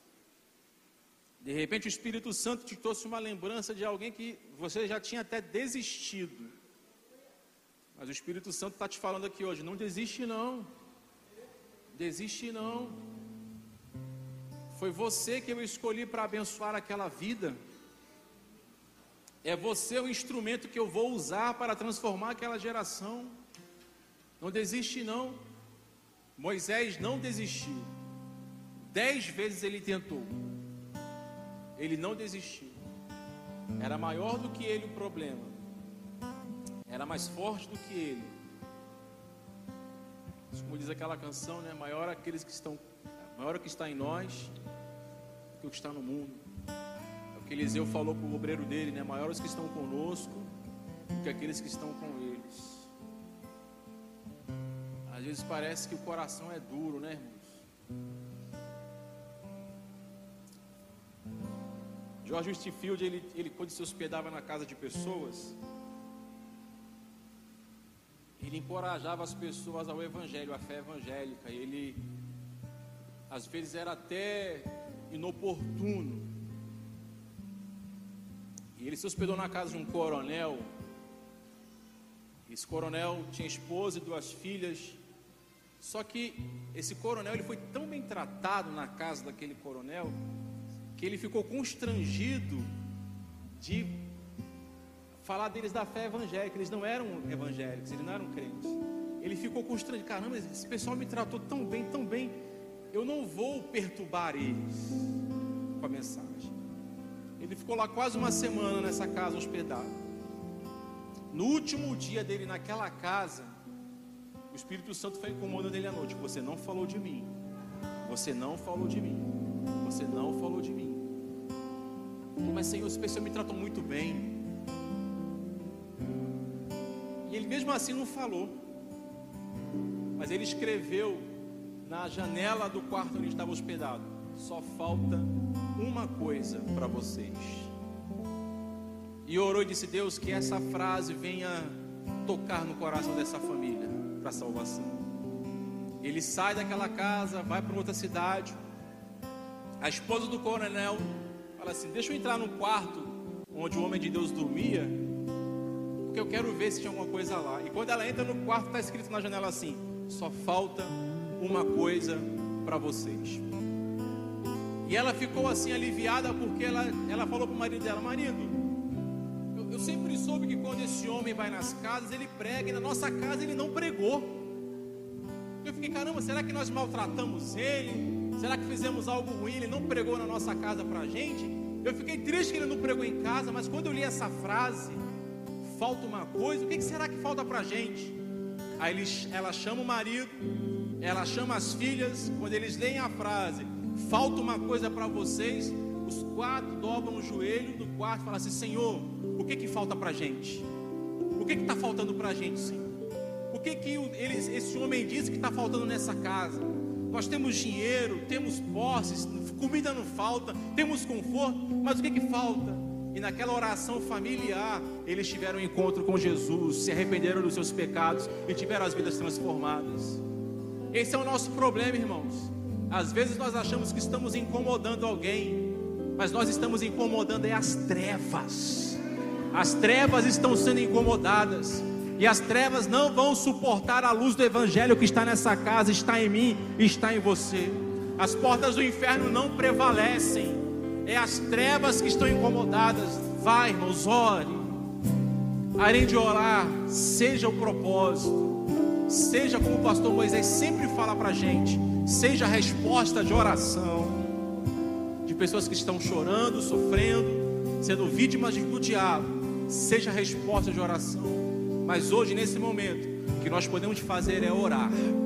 De repente o Espírito Santo te trouxe uma lembrança de alguém que você já tinha até desistido. Mas o Espírito Santo está te falando aqui hoje, não desiste não. Desiste não. Foi você que eu escolhi para abençoar aquela vida. É você o instrumento que eu vou usar para transformar aquela geração. Não desiste não. Moisés não desistiu. Dez vezes ele tentou. Ele não desistiu. Era maior do que ele o problema. Era mais forte do que ele. Como diz aquela canção, né? Maior aqueles que estão, maior o que está em nós do que o que está no mundo. que Eliseu falou para o obreiro dele, né? Maiores que estão conosco do que aqueles que estão com eles. Às vezes parece que o coração é duro, né, irmãos? George Whitefield, ele, ele quando se hospedava na casa de pessoas, ele encorajava as pessoas ao evangelho, à fé evangélica. Ele, às vezes, era até inoportuno. E ele se hospedou na casa de um coronel. Esse coronel tinha esposa e duas filhas. Só que esse coronel, ele foi tão bem tratado na casa daquele coronel, que ele ficou constrangido de falar deles da fé evangélica. Eles não eram evangélicos, eles não eram crentes. Ele ficou constrangido. Caramba, esse pessoal me tratou tão bem, tão bem, eu não vou perturbar eles com a mensagem. Ele ficou lá quase uma semana nessa casa hospedado. No último dia dele naquela casa, o Espírito Santo foi incomodando ele à noite. Você não falou de mim. Você não falou de mim. Você não falou de mim. Mas Senhor, esse pessoal me tratou muito bem. E ele mesmo assim não falou. Mas ele escreveu na janela do quarto onde ele estava hospedado: só falta uma coisa para vocês. E orou e disse: Deus, que essa frase venha tocar no coração dessa família para a salvação. Ele sai daquela casa, vai para outra cidade. A esposa do coronel fala assim: deixa eu entrar no quarto onde o homem de Deus dormia, porque eu quero ver se tinha alguma coisa lá. E quando ela entra no quarto, está escrito na janela assim: só falta uma coisa para vocês. E ela ficou assim aliviada, porque ela, ela falou para o marido dela: marido, eu, eu sempre soube que quando esse homem vai nas casas, ele prega, e na nossa casa ele não pregou. Eu fiquei: caramba, será que nós maltratamos ele? Será que fizemos algo ruim? Ele não pregou na nossa casa para a gente? Eu fiquei triste que ele não pregou em casa, mas quando eu li essa frase, falta uma coisa, o que será que falta para a gente? Aí ele, ela chama o marido, ela chama as filhas. Quando eles leem a frase, falta uma coisa para vocês, os quatro dobram o joelho no quarto e falam assim: Senhor, o que que falta para a gente? O que que está faltando para a gente, Senhor? O que que eles, esse homem disse que está faltando nessa casa? Nós temos dinheiro, temos posses, comida não falta, temos conforto, mas o que que falta? E naquela oração familiar, eles tiveram um encontro com Jesus, se arrependeram dos seus pecados e tiveram as vidas transformadas. Esse é o nosso problema, irmãos. Às vezes nós achamos que estamos incomodando alguém, mas nós estamos incomodando é as trevas. As trevas estão sendo incomodadas. E as trevas não vão suportar a luz do Evangelho que está nessa casa, está em mim e está em você. As portas do inferno não prevalecem. É as trevas que estão incomodadas. Vai, irmãos, ore. Além de orar, seja o propósito. Seja como o pastor Moisés sempre fala para a gente. Seja a resposta de oração. De pessoas que estão chorando, sofrendo, sendo vítimas do diabo. Seja a resposta de oração. Mas hoje, nesse momento, o que nós podemos fazer é orar.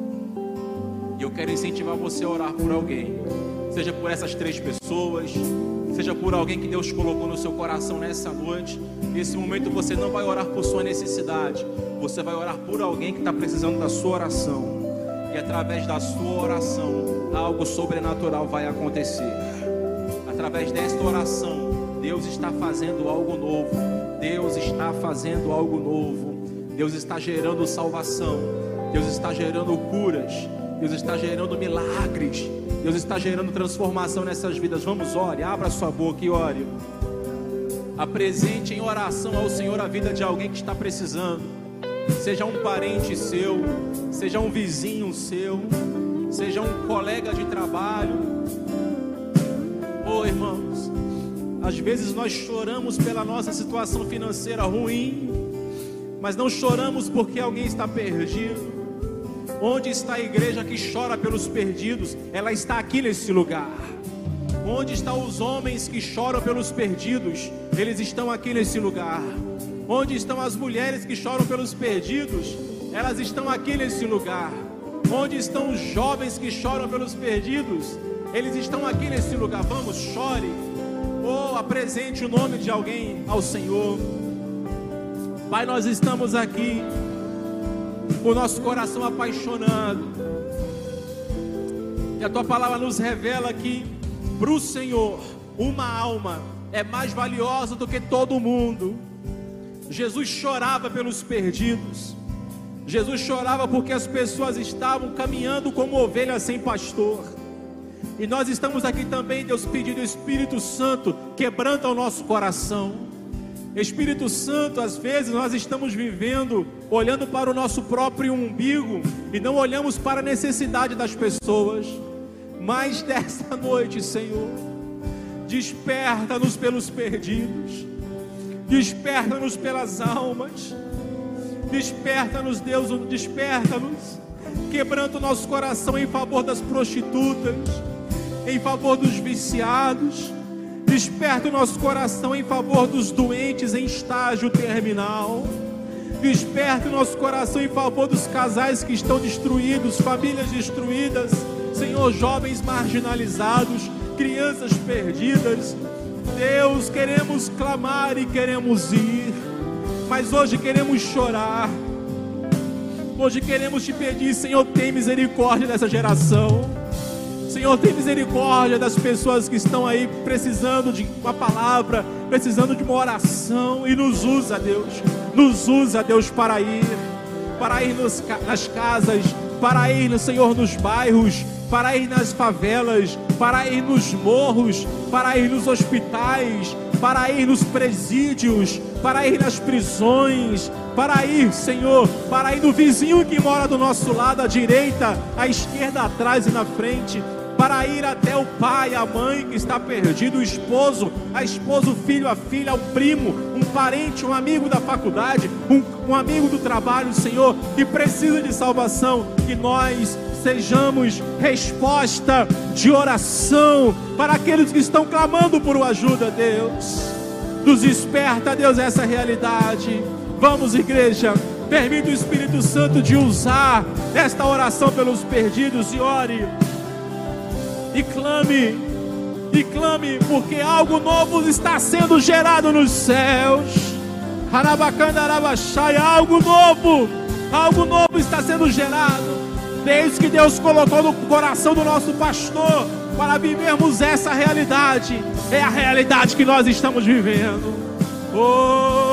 E eu quero incentivar você a orar por alguém. Seja por essas três pessoas, seja por alguém que Deus colocou no seu coração nessa noite. Nesse momento você não vai orar por sua necessidade, você vai orar por alguém que está precisando da sua oração. E através da sua oração, algo sobrenatural vai acontecer. Através desta oração, Deus está fazendo algo novo. Deus está fazendo algo novo. Deus está gerando salvação. Deus está gerando curas. Deus está gerando milagres. Deus está gerando transformação nessas vidas. Vamos, ore, abra sua boca e ore. Apresente em oração ao Senhor a vida de alguém que está precisando. Seja um parente seu, seja um vizinho seu, seja um colega de trabalho. Oh, irmãos, às vezes nós choramos pela nossa situação financeira ruim, mas não choramos porque alguém está perdido. Onde está a igreja que chora pelos perdidos? Ela está aqui nesse lugar. Onde estão os homens que choram pelos perdidos? Eles estão aqui nesse lugar. Onde estão as mulheres que choram pelos perdidos? Elas estão aqui nesse lugar. Onde estão os jovens que choram pelos perdidos? Eles estão aqui nesse lugar. Vamos, chore. Oh, apresente o nome de alguém ao Senhor. Pai, nós estamos aqui, o nosso coração apaixonado. E a Tua palavra nos revela que para o Senhor, uma alma é mais valiosa do que todo mundo. Jesus chorava pelos perdidos. Jesus chorava porque as pessoas estavam caminhando como ovelhas sem pastor. E nós estamos aqui também, Deus, pedindo: Espírito Santo, quebranta o nosso coração. Espírito Santo, às vezes nós estamos vivendo olhando para o nosso próprio umbigo e não olhamos para a necessidade das pessoas. Mas desta noite, Senhor, desperta-nos pelos perdidos, desperta-nos pelas almas, desperta-nos, Deus, desperta-nos, quebranta o nosso coração em favor das prostitutas, em favor dos viciados. Desperta o nosso coração em favor dos doentes em estágio terminal. Desperta o nosso coração em favor dos casais que estão destruídos, famílias destruídas, Senhor, jovens marginalizados, crianças perdidas. Deus, queremos clamar e queremos ir, mas hoje queremos chorar. Hoje queremos te pedir: Senhor, tem misericórdia dessa geração. Senhor, tem misericórdia das pessoas que estão aí precisando de uma palavra, precisando de uma oração. E nos usa, Deus, nos usa, Deus, para ir, para ir nos, nas casas, para ir, Senhor, nos bairros, para ir nas favelas, para ir nos morros, para ir nos hospitais, para ir nos presídios, para ir nas prisões, para ir, Senhor, para ir no vizinho que mora do nosso lado, à direita, à esquerda, atrás e na frente, para ir até o pai, a mãe que está perdido, o esposo, a esposa, o filho, a filha, o primo, um parente, um amigo da faculdade, um, um amigo do trabalho, Senhor, que precisa de salvação. Que nós sejamos resposta de oração para aqueles que estão clamando por uma ajuda, Deus. Nos desperta, Deus, essa realidade. Vamos, igreja, permita o Espírito Santo de usar esta oração pelos perdidos e ore. E clame, e clame, porque algo novo está sendo gerado nos céus. Algo novo, algo novo está sendo gerado. Desde que Deus colocou no coração do nosso pastor para vivermos essa realidade, é a realidade que nós estamos vivendo. Oh!